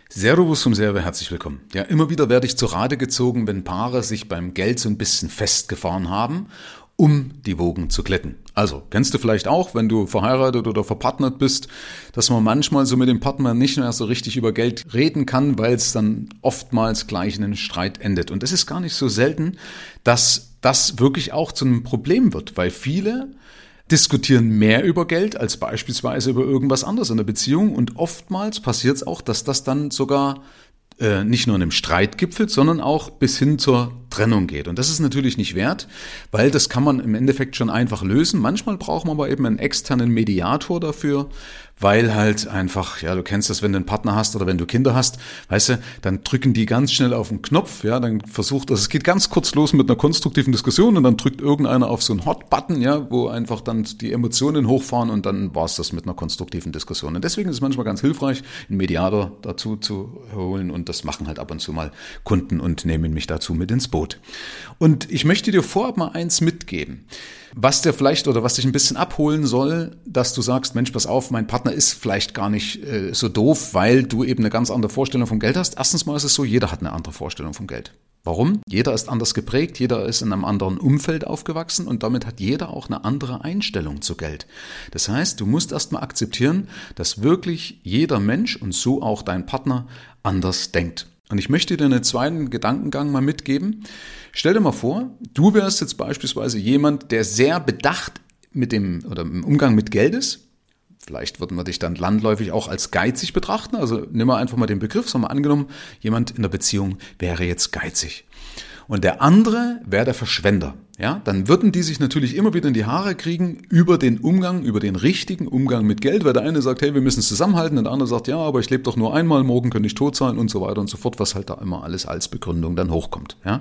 Servus vom Server, herzlich willkommen. Ja, immer wieder werde ich zu Rate gezogen, wenn Paare sich beim Geld so ein bisschen festgefahren haben, um die Wogen zu glätten. Also, kennst du vielleicht auch, wenn du verheiratet oder verpartnert bist, dass man manchmal so mit dem Partner nicht mehr so richtig über Geld reden kann, weil es dann oftmals gleich in einem Streit endet. Und es ist gar nicht so selten, dass das wirklich auch zu einem Problem wird, weil viele diskutieren mehr über Geld als beispielsweise über irgendwas anderes in der Beziehung und oftmals passiert es auch, dass das dann sogar nicht nur in einem Streit gipfelt, sondern auch bis hin zur Trennung geht. Und das ist natürlich nicht wert, weil das kann man im Endeffekt schon einfach lösen. Manchmal braucht man aber eben einen externen Mediator dafür, weil halt einfach, ja, du kennst das, wenn du einen Partner hast oder wenn du Kinder hast, weißt du, dann drücken die ganz schnell auf den Knopf, ja, dann versucht, also es geht ganz kurz los mit einer konstruktiven Diskussion und dann drückt irgendeiner auf so einen Hot-Button, ja, wo einfach dann die Emotionen hochfahren und dann war's das mit einer konstruktiven Diskussion. Und deswegen ist es manchmal ganz hilfreich, einen Mediator dazu zu holen und das machen halt ab und zu mal Kunden und nehmen mich dazu mit ins Boot. Und ich möchte dir vorab mal eins mitgeben, was dir vielleicht oder was dich ein bisschen abholen soll, dass du sagst, Mensch, pass auf, mein Partner ist vielleicht gar nicht so doof, weil du eben eine ganz andere Vorstellung vom Geld hast. Erstens mal ist es so, jeder hat eine andere Vorstellung vom Geld. Warum? Jeder ist anders geprägt, jeder ist in einem anderen Umfeld aufgewachsen und damit hat jeder auch eine andere Einstellung zu Geld. Das heißt, du musst erstmal akzeptieren, dass wirklich jeder Mensch und so auch dein Partner anders denkt. Und ich möchte dir einen zweiten Gedankengang mal mitgeben. Stell dir mal vor, du wärst jetzt beispielsweise jemand, der sehr bedacht mit dem oder im Umgang mit Geld ist. Vielleicht würden wir dich dann landläufig auch als geizig betrachten. Also nimm mal einfach mal den Begriff, sagen wir angenommen, jemand in der Beziehung wäre jetzt geizig. Und der andere wäre der Verschwender. Ja, dann würden die sich natürlich immer wieder in die Haare kriegen über den Umgang, über den richtigen Umgang mit Geld, weil der eine sagt, hey, wir müssen es zusammenhalten, und der andere sagt, ja, aber ich lebe doch nur einmal, morgen könnte ich tot sein und so weiter und so fort, was halt da immer alles als Begründung dann hochkommt. Ja.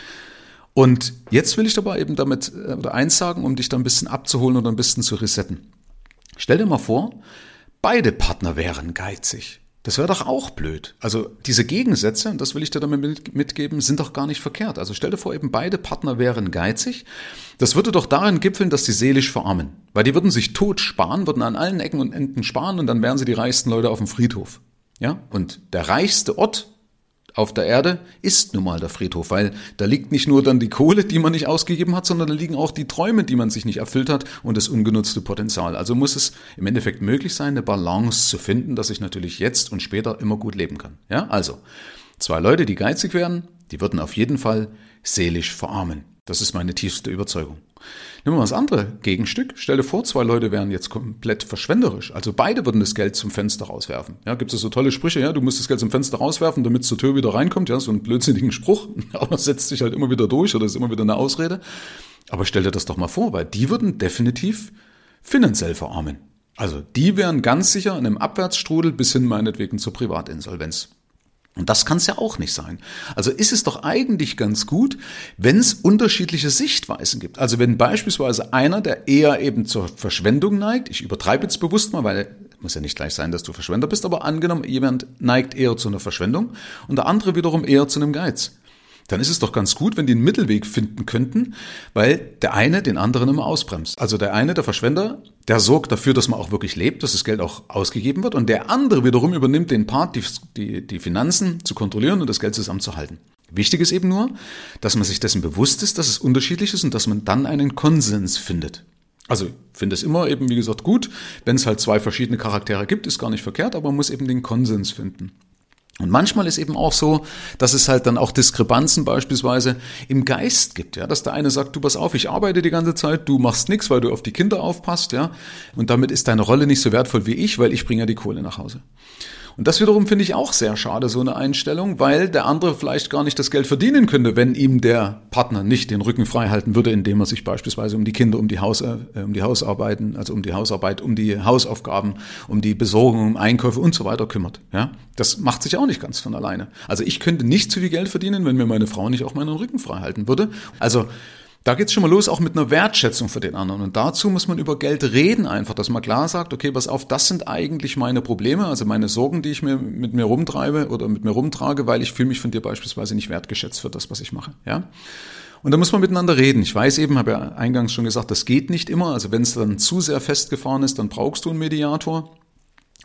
Und jetzt will ich dabei eben damit oder eins sagen, um dich da ein bisschen abzuholen oder ein bisschen zu resetten. Stell dir mal vor, beide Partner wären geizig. Das wäre doch auch blöd. Also diese Gegensätze, und das will ich dir damit mitgeben, sind doch gar nicht verkehrt. Also stell dir vor, eben beide Partner wären geizig. Das würde doch darin gipfeln, dass sie seelisch verarmen. Weil die würden sich tot sparen, würden an allen Ecken und Enden sparen und dann wären sie die reichsten Leute auf dem Friedhof. Ja? Und der reichste Ort auf der Erde ist nun mal der Friedhof, weil da liegt nicht nur dann die Kohle, die man nicht ausgegeben hat, sondern da liegen auch die Träume, die man sich nicht erfüllt hat und das ungenutzte Potenzial. Also muss es im Endeffekt möglich sein, eine Balance zu finden, dass ich natürlich jetzt und später immer gut leben kann. Ja, also zwei Leute, die geizig wären, die würden auf jeden Fall seelisch verarmen. Das ist meine tiefste Überzeugung. Nehmen wir mal das andere Gegenstück. Stell dir vor, zwei Leute wären jetzt komplett verschwenderisch. Also beide würden das Geld zum Fenster rauswerfen. Ja, gibt es so tolle Sprüche, ja, du musst das Geld zum Fenster rauswerfen, damit es zur Tür wieder reinkommt. Ja, so einen blödsinnigen Spruch. Aber setzt sich halt immer wieder durch oder ist immer wieder eine Ausrede. Aber stell dir das doch mal vor, weil die würden definitiv finanziell verarmen. Also die wären ganz sicher in einem Abwärtsstrudel bis hin meinetwegen zur Privatinsolvenz. Und das kann es ja auch nicht sein. Also ist es doch eigentlich ganz gut, wenn es unterschiedliche Sichtweisen gibt. Also wenn beispielsweise einer, der eher eben zur Verschwendung neigt, ich übertreibe jetzt bewusst mal, weil es muss ja nicht gleich sein, dass du Verschwender bist, aber angenommen, jemand neigt eher zu einer Verschwendung und der andere wiederum eher zu einem Geiz. Dann ist es doch ganz gut, wenn die einen Mittelweg finden könnten, weil der eine den anderen immer ausbremst. Also der eine, der Verschwender, der sorgt dafür, dass man auch wirklich lebt, dass das Geld auch ausgegeben wird und der andere wiederum übernimmt den Part, die Finanzen zu kontrollieren und das Geld zusammenzuhalten. Wichtig ist eben nur, dass man sich dessen bewusst ist, dass es unterschiedlich ist und dass man dann einen Konsens findet. Also ich finde es immer eben, wie gesagt, gut, wenn es halt zwei verschiedene Charaktere gibt, ist gar nicht verkehrt, aber man muss eben den Konsens finden. Und manchmal ist eben auch so, dass es halt dann auch Diskrepanzen beispielsweise im Geist gibt, ja, dass der eine sagt, du pass auf, ich arbeite die ganze Zeit, du machst nichts, weil du auf die Kinder aufpasst, ja, und damit ist deine Rolle nicht so wertvoll wie ich, weil ich bringe ja die Kohle nach Hause. Und das wiederum finde ich auch sehr schade, so eine Einstellung, weil der andere vielleicht gar nicht das Geld verdienen könnte, wenn ihm der Partner nicht den Rücken frei halten würde, indem er sich beispielsweise um die Kinder, um die Hausarbeiten, also um die Hausarbeit, um die Hausaufgaben, um die Besorgung, um Einkäufe und so weiter kümmert. Ja, das macht sich auch nicht ganz von alleine. Also ich könnte nicht so viel Geld verdienen, wenn mir meine Frau nicht auch meinen Rücken frei halten würde. Also da geht's schon mal los, auch mit einer Wertschätzung für den anderen. Und dazu muss man über Geld reden einfach, dass man klar sagt, okay, pass auf, das sind eigentlich meine Probleme, also meine Sorgen, die ich mit mir rumtreibe oder mit mir rumtrage, weil ich fühle mich von dir beispielsweise nicht wertgeschätzt für das, was ich mache. Ja? Und da muss man miteinander reden. Ich weiß eben, habe ja eingangs schon gesagt, das geht nicht immer. Also wenn es dann zu sehr festgefahren ist, dann brauchst du einen Mediator.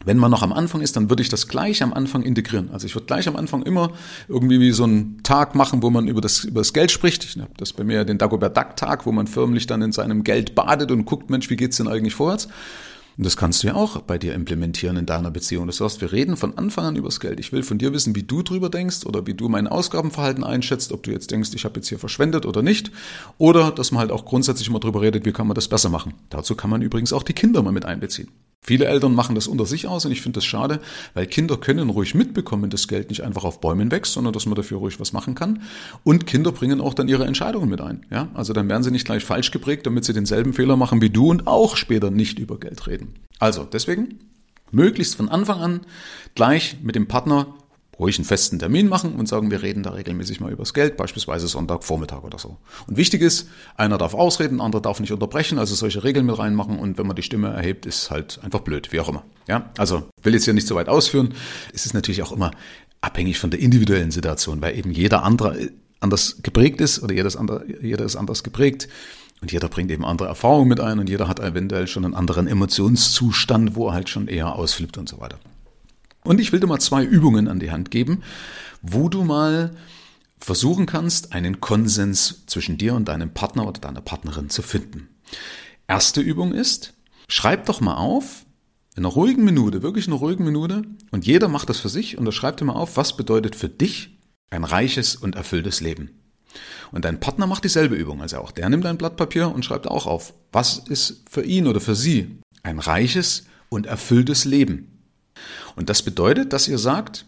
Wenn man noch am Anfang ist, dann würde ich das gleich am Anfang integrieren. Also ich würde gleich am Anfang immer irgendwie wie so einen Tag machen, wo man über das Geld spricht. Ich habe das bei mir den Dagobert Duck Tag, wo man förmlich dann in seinem Geld badet und guckt, Mensch, wie geht's denn eigentlich vorwärts? Und das kannst du ja auch bei dir implementieren in deiner Beziehung. Das heißt, wir reden von Anfang an übers Geld. Ich will von dir wissen, wie du drüber denkst oder wie du mein Ausgabenverhalten einschätzt, ob du jetzt denkst, ich habe jetzt hier verschwendet oder nicht. Oder dass man halt auch grundsätzlich immer drüber redet, wie kann man das besser machen. Dazu kann man übrigens auch die Kinder mal mit einbeziehen. Viele Eltern machen das unter sich aus und ich finde das schade, weil Kinder können ruhig mitbekommen, dass das Geld nicht einfach auf Bäumen wächst, sondern dass man dafür ruhig was machen kann. Und Kinder bringen auch dann ihre Entscheidungen mit ein. Ja? Also dann werden sie nicht gleich falsch geprägt, damit sie denselben Fehler machen wie du und auch später nicht über Geld reden. Also deswegen möglichst von Anfang an gleich mit dem Partner ruhig einen festen Termin machen und sagen, wir reden da regelmäßig mal übers Geld, beispielsweise Sonntagvormittag oder so. Und wichtig ist, einer darf ausreden, der andere darf nicht unterbrechen, also solche Regeln mit reinmachen und wenn man die Stimme erhebt, ist halt einfach blöd, wie auch immer. Ja, also will jetzt hier nicht so weit ausführen. Es ist natürlich auch immer abhängig von der individuellen Situation, weil eben jeder andere anders geprägt ist oder jeder ist anders geprägt. Und jeder bringt eben andere Erfahrungen mit ein und jeder hat eventuell schon einen anderen Emotionszustand, wo er halt schon eher ausflippt und so weiter. Und ich will dir mal 2 Übungen an die Hand geben, wo du mal versuchen kannst, einen Konsens zwischen dir und deinem Partner oder deiner Partnerin zu finden. Erste Übung ist, schreib doch mal auf, in einer ruhigen Minute, wirklich in einer ruhigen Minute, und jeder macht das für sich und schreib dir mal auf, was bedeutet für dich ein reiches und erfülltes Leben. Und dein Partner macht dieselbe Übung, also auch der nimmt ein Blatt Papier und schreibt auch auf, was ist für ihn oder für sie ein reiches und erfülltes Leben. Und das bedeutet, dass ihr sagt,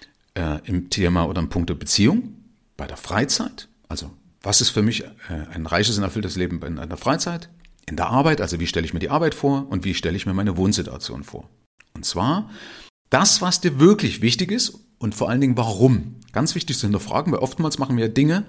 im Thema oder im Punkt der Beziehung, bei der Freizeit, also was ist für mich ein reiches und erfülltes Leben in der Freizeit, in der Arbeit, also wie stelle ich mir die Arbeit vor und wie stelle ich mir meine Wohnsituation vor. Und zwar das, was dir wirklich wichtig ist und vor allen Dingen warum. Ganz wichtig zu hinterfragen, weil oftmals machen wir Dinge,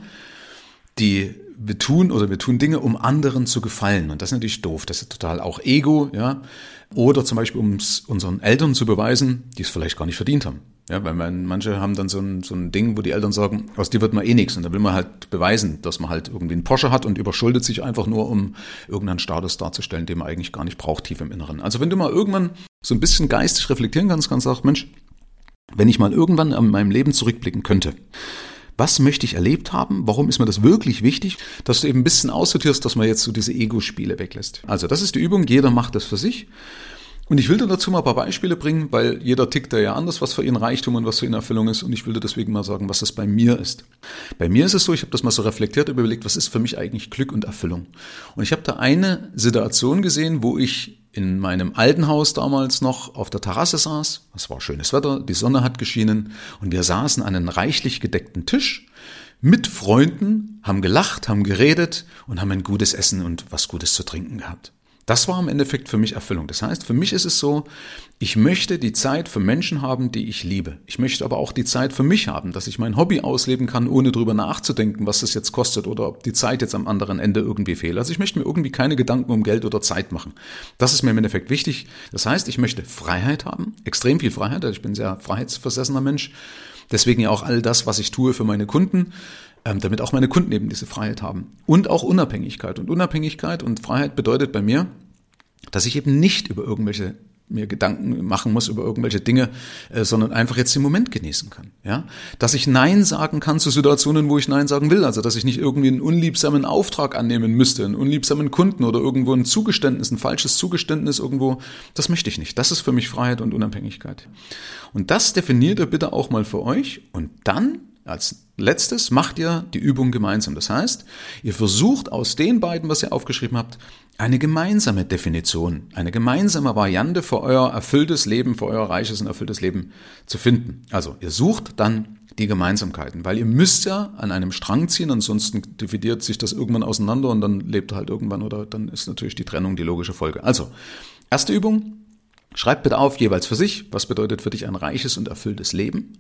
die wir tun Dinge, um anderen zu gefallen. Und das ist natürlich doof. Das ist total auch Ego, ja. Oder zum Beispiel, um es unseren Eltern zu beweisen, die es vielleicht gar nicht verdient haben. Ja, weil manche haben dann so ein Ding, wo die Eltern sagen, aus dir wird mal eh nichts. Und da will man halt beweisen, dass man halt irgendwie einen Porsche hat und überschuldet sich einfach nur, um irgendeinen Status darzustellen, den man eigentlich gar nicht braucht, tief im Inneren. Also wenn du mal irgendwann so ein bisschen geistig reflektieren kannst du sagen, Mensch, wenn ich mal irgendwann an meinem Leben zurückblicken könnte, was möchte ich erlebt haben? Warum ist mir das wirklich wichtig? Dass du eben ein bisschen aussortierst, dass man jetzt so diese Ego-Spiele weglässt. Also das ist die Übung, jeder macht das für sich. Und ich will dir dazu mal ein paar Beispiele bringen, weil jeder tickt da ja anders, was für ihn Reichtum und was für ihn Erfüllung ist. Und ich will dir deswegen mal sagen, was das bei mir ist. Bei mir ist es so, ich habe das mal so reflektiert, überlegt, was ist für mich eigentlich Glück und Erfüllung? Und ich habe da eine Situation gesehen, wo ich in meinem alten Haus damals noch auf der Terrasse saß. Es war schönes Wetter, die Sonne hat geschienen und wir saßen an einem reichlich gedeckten Tisch mit Freunden, haben gelacht, haben geredet und haben ein gutes Essen und was Gutes zu trinken gehabt. Das war im Endeffekt für mich Erfüllung. Das heißt, für mich ist es so, ich möchte die Zeit für Menschen haben, die ich liebe. Ich möchte aber auch die Zeit für mich haben, dass ich mein Hobby ausleben kann, ohne drüber nachzudenken, was es jetzt kostet oder ob die Zeit jetzt am anderen Ende irgendwie fehlt. Also ich möchte mir irgendwie keine Gedanken um Geld oder Zeit machen. Das ist mir im Endeffekt wichtig. Das heißt, ich möchte Freiheit haben, extrem viel Freiheit. Ich bin ein sehr freiheitsversessener Mensch. Deswegen ja auch all das, was ich tue für meine Kunden, damit auch meine Kunden eben diese Freiheit haben. Und auch Unabhängigkeit. Und Unabhängigkeit und Freiheit bedeutet bei mir, dass ich eben nicht über irgendwelche mir Gedanken machen muss über irgendwelche Dinge, sondern einfach jetzt den Moment genießen kann. Ja, dass ich Nein sagen kann zu Situationen, wo ich Nein sagen will. Also dass ich nicht irgendwie einen unliebsamen Auftrag annehmen müsste, einen unliebsamen Kunden oder irgendwo ein Zugeständnis, ein falsches Zugeständnis irgendwo. Das möchte ich nicht. Das ist für mich Freiheit und Unabhängigkeit. Und das definiert ihr bitte auch mal für euch. Und dann als letztes macht ihr die Übung gemeinsam. Das heißt, ihr versucht aus den beiden, was ihr aufgeschrieben habt, eine gemeinsame Definition, eine gemeinsame Variante für euer erfülltes Leben, für euer reiches und erfülltes Leben zu finden. Also ihr sucht dann die Gemeinsamkeiten, weil ihr müsst ja an einem Strang ziehen, ansonsten dividiert sich das irgendwann auseinander und dann lebt ihr halt irgendwann oder dann ist natürlich die Trennung die logische Folge. Also, erste Übung, schreibt bitte auf, jeweils für sich, was bedeutet für dich ein reiches und erfülltes Leben.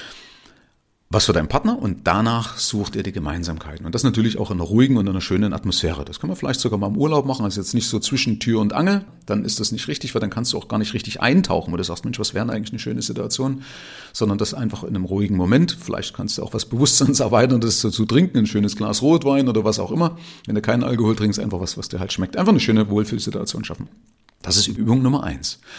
Was für deinen Partner und danach sucht ihr die Gemeinsamkeiten. Und das natürlich auch in einer ruhigen und in einer schönen Atmosphäre. Das kann man vielleicht sogar mal im Urlaub machen, also jetzt nicht so zwischen Tür und Angel, dann ist das nicht richtig, weil dann kannst du auch gar nicht richtig eintauchen, wo du sagst, Mensch, was wäre eigentlich eine schöne Situation, sondern das einfach in einem ruhigen Moment. Vielleicht kannst du auch was Bewusstseinserweiterndes dazu trinken, ein schönes Glas Rotwein oder was auch immer. Wenn du keinen Alkohol trinkst, einfach was dir halt schmeckt. Einfach eine schöne Wohlfühlsituation schaffen. Das ist Übung Nummer 1.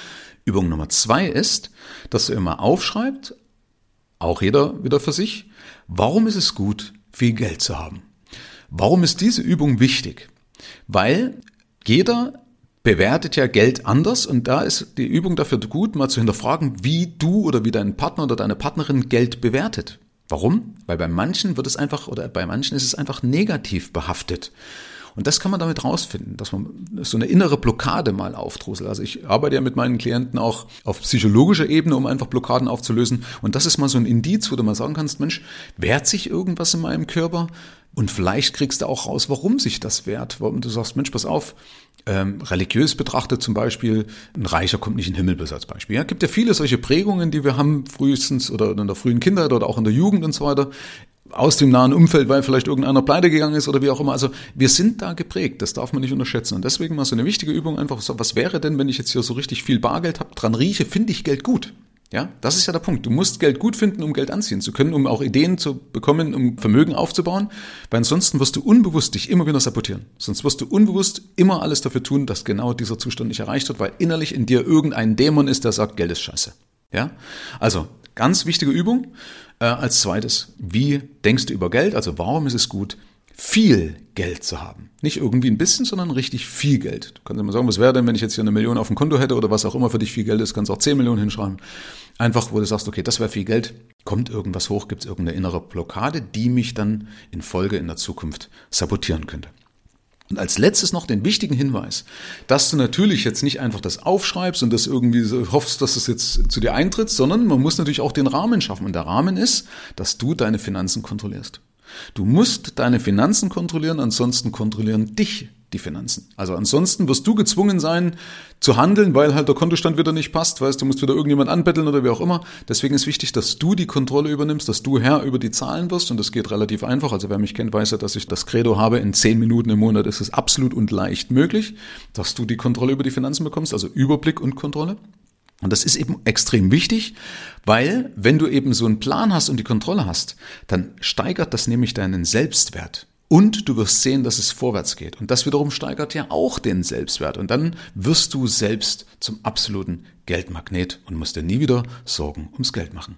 Übung Nummer 2 ist, dass du immer aufschreibst, auch jeder wieder für sich, warum ist es gut, viel Geld zu haben? Warum ist diese Übung wichtig? Weil jeder bewertet ja Geld anders und da ist die Übung dafür gut, mal zu hinterfragen, wie du oder wie dein Partner oder deine Partnerin Geld bewertet. Warum? Weil bei manchen wird es einfach oder bei manchen ist es einfach negativ behaftet. Und das kann man damit rausfinden, dass man so eine innere Blockade mal aufdröselt. Also ich arbeite ja mit meinen Klienten auch auf psychologischer Ebene, um einfach Blockaden aufzulösen. Und das ist mal so ein Indiz, wo du mal sagen kannst, Mensch, wehrt sich irgendwas in meinem Körper? Und vielleicht kriegst du auch raus, warum sich das wehrt. Warum du sagst, Mensch, pass auf, religiös betrachtet zum Beispiel, ein Reicher kommt nicht in den Himmel, bis als Beispiel. Ja, gibt ja viele solche Prägungen, die wir haben, frühestens oder in der frühen Kindheit oder auch in der Jugend und so weiter, aus dem nahen Umfeld, weil vielleicht irgendeiner pleite gegangen ist oder wie auch immer. Also wir sind da geprägt, das darf man nicht unterschätzen. Und deswegen mal so eine wichtige Übung einfach, so, was wäre denn, wenn ich jetzt hier so richtig viel Bargeld habe, dran rieche, finde ich Geld gut. Ja, das ist ja der Punkt. Du musst Geld gut finden, um Geld anziehen zu können, um auch Ideen zu bekommen, um Vermögen aufzubauen, weil ansonsten wirst du unbewusst dich immer wieder sabotieren. Sonst wirst du unbewusst immer alles dafür tun, dass genau dieser Zustand nicht erreicht wird, weil innerlich in dir irgendein Dämon ist, der sagt, Geld ist scheiße. Ja, also ganz wichtige Übung. Als zweites, wie denkst du über Geld? Also warum ist es gut, viel Geld zu haben? Nicht irgendwie ein bisschen, sondern richtig viel Geld. Du kannst immer sagen, was wäre denn, wenn ich jetzt hier 1 Million auf dem Konto hätte oder was auch immer für dich viel Geld ist, kannst auch 10 Millionen hinschreiben. Einfach, wo du sagst, okay, das wäre viel Geld, kommt irgendwas hoch, gibt es irgendeine innere Blockade, die mich dann in Folge in der Zukunft sabotieren könnte. Und als letztes noch den wichtigen Hinweis, dass du natürlich jetzt nicht einfach das aufschreibst und das irgendwie so hoffst, dass es jetzt zu dir eintritt, sondern man muss natürlich auch den Rahmen schaffen. Und der Rahmen ist, dass du deine Finanzen kontrollierst. Du musst deine Finanzen kontrollieren, ansonsten kontrollieren dich die Finanzen. Also ansonsten wirst du gezwungen sein zu handeln, weil halt der Kontostand wieder nicht passt, weißt du, musst wieder irgendjemand anbetteln oder wie auch immer. Deswegen ist wichtig, dass du die Kontrolle übernimmst, dass du Herr über die Zahlen wirst und das geht relativ einfach. Also wer mich kennt, weiß ja, dass ich das Credo habe, in 10 Minuten im Monat ist es absolut und leicht möglich, dass du die Kontrolle über die Finanzen bekommst, also Überblick und Kontrolle. Und das ist eben extrem wichtig, weil wenn du eben so einen Plan hast und die Kontrolle hast, dann steigert das nämlich deinen Selbstwert. Und du wirst sehen, dass es vorwärts geht. Und das wiederum steigert ja auch den Selbstwert. Und dann wirst du selbst zum absoluten Geldmagnet und musst dir nie wieder Sorgen ums Geld machen.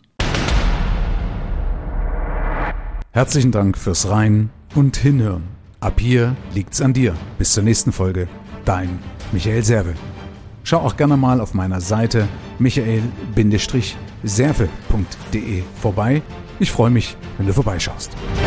Herzlichen Dank fürs Rein und Hinhören. Ab hier liegt's an dir. Bis zur nächsten Folge. Dein Michael Serve. Schau auch gerne mal auf meiner Seite michael-serve.de vorbei. Ich freue mich, wenn du vorbeischaust.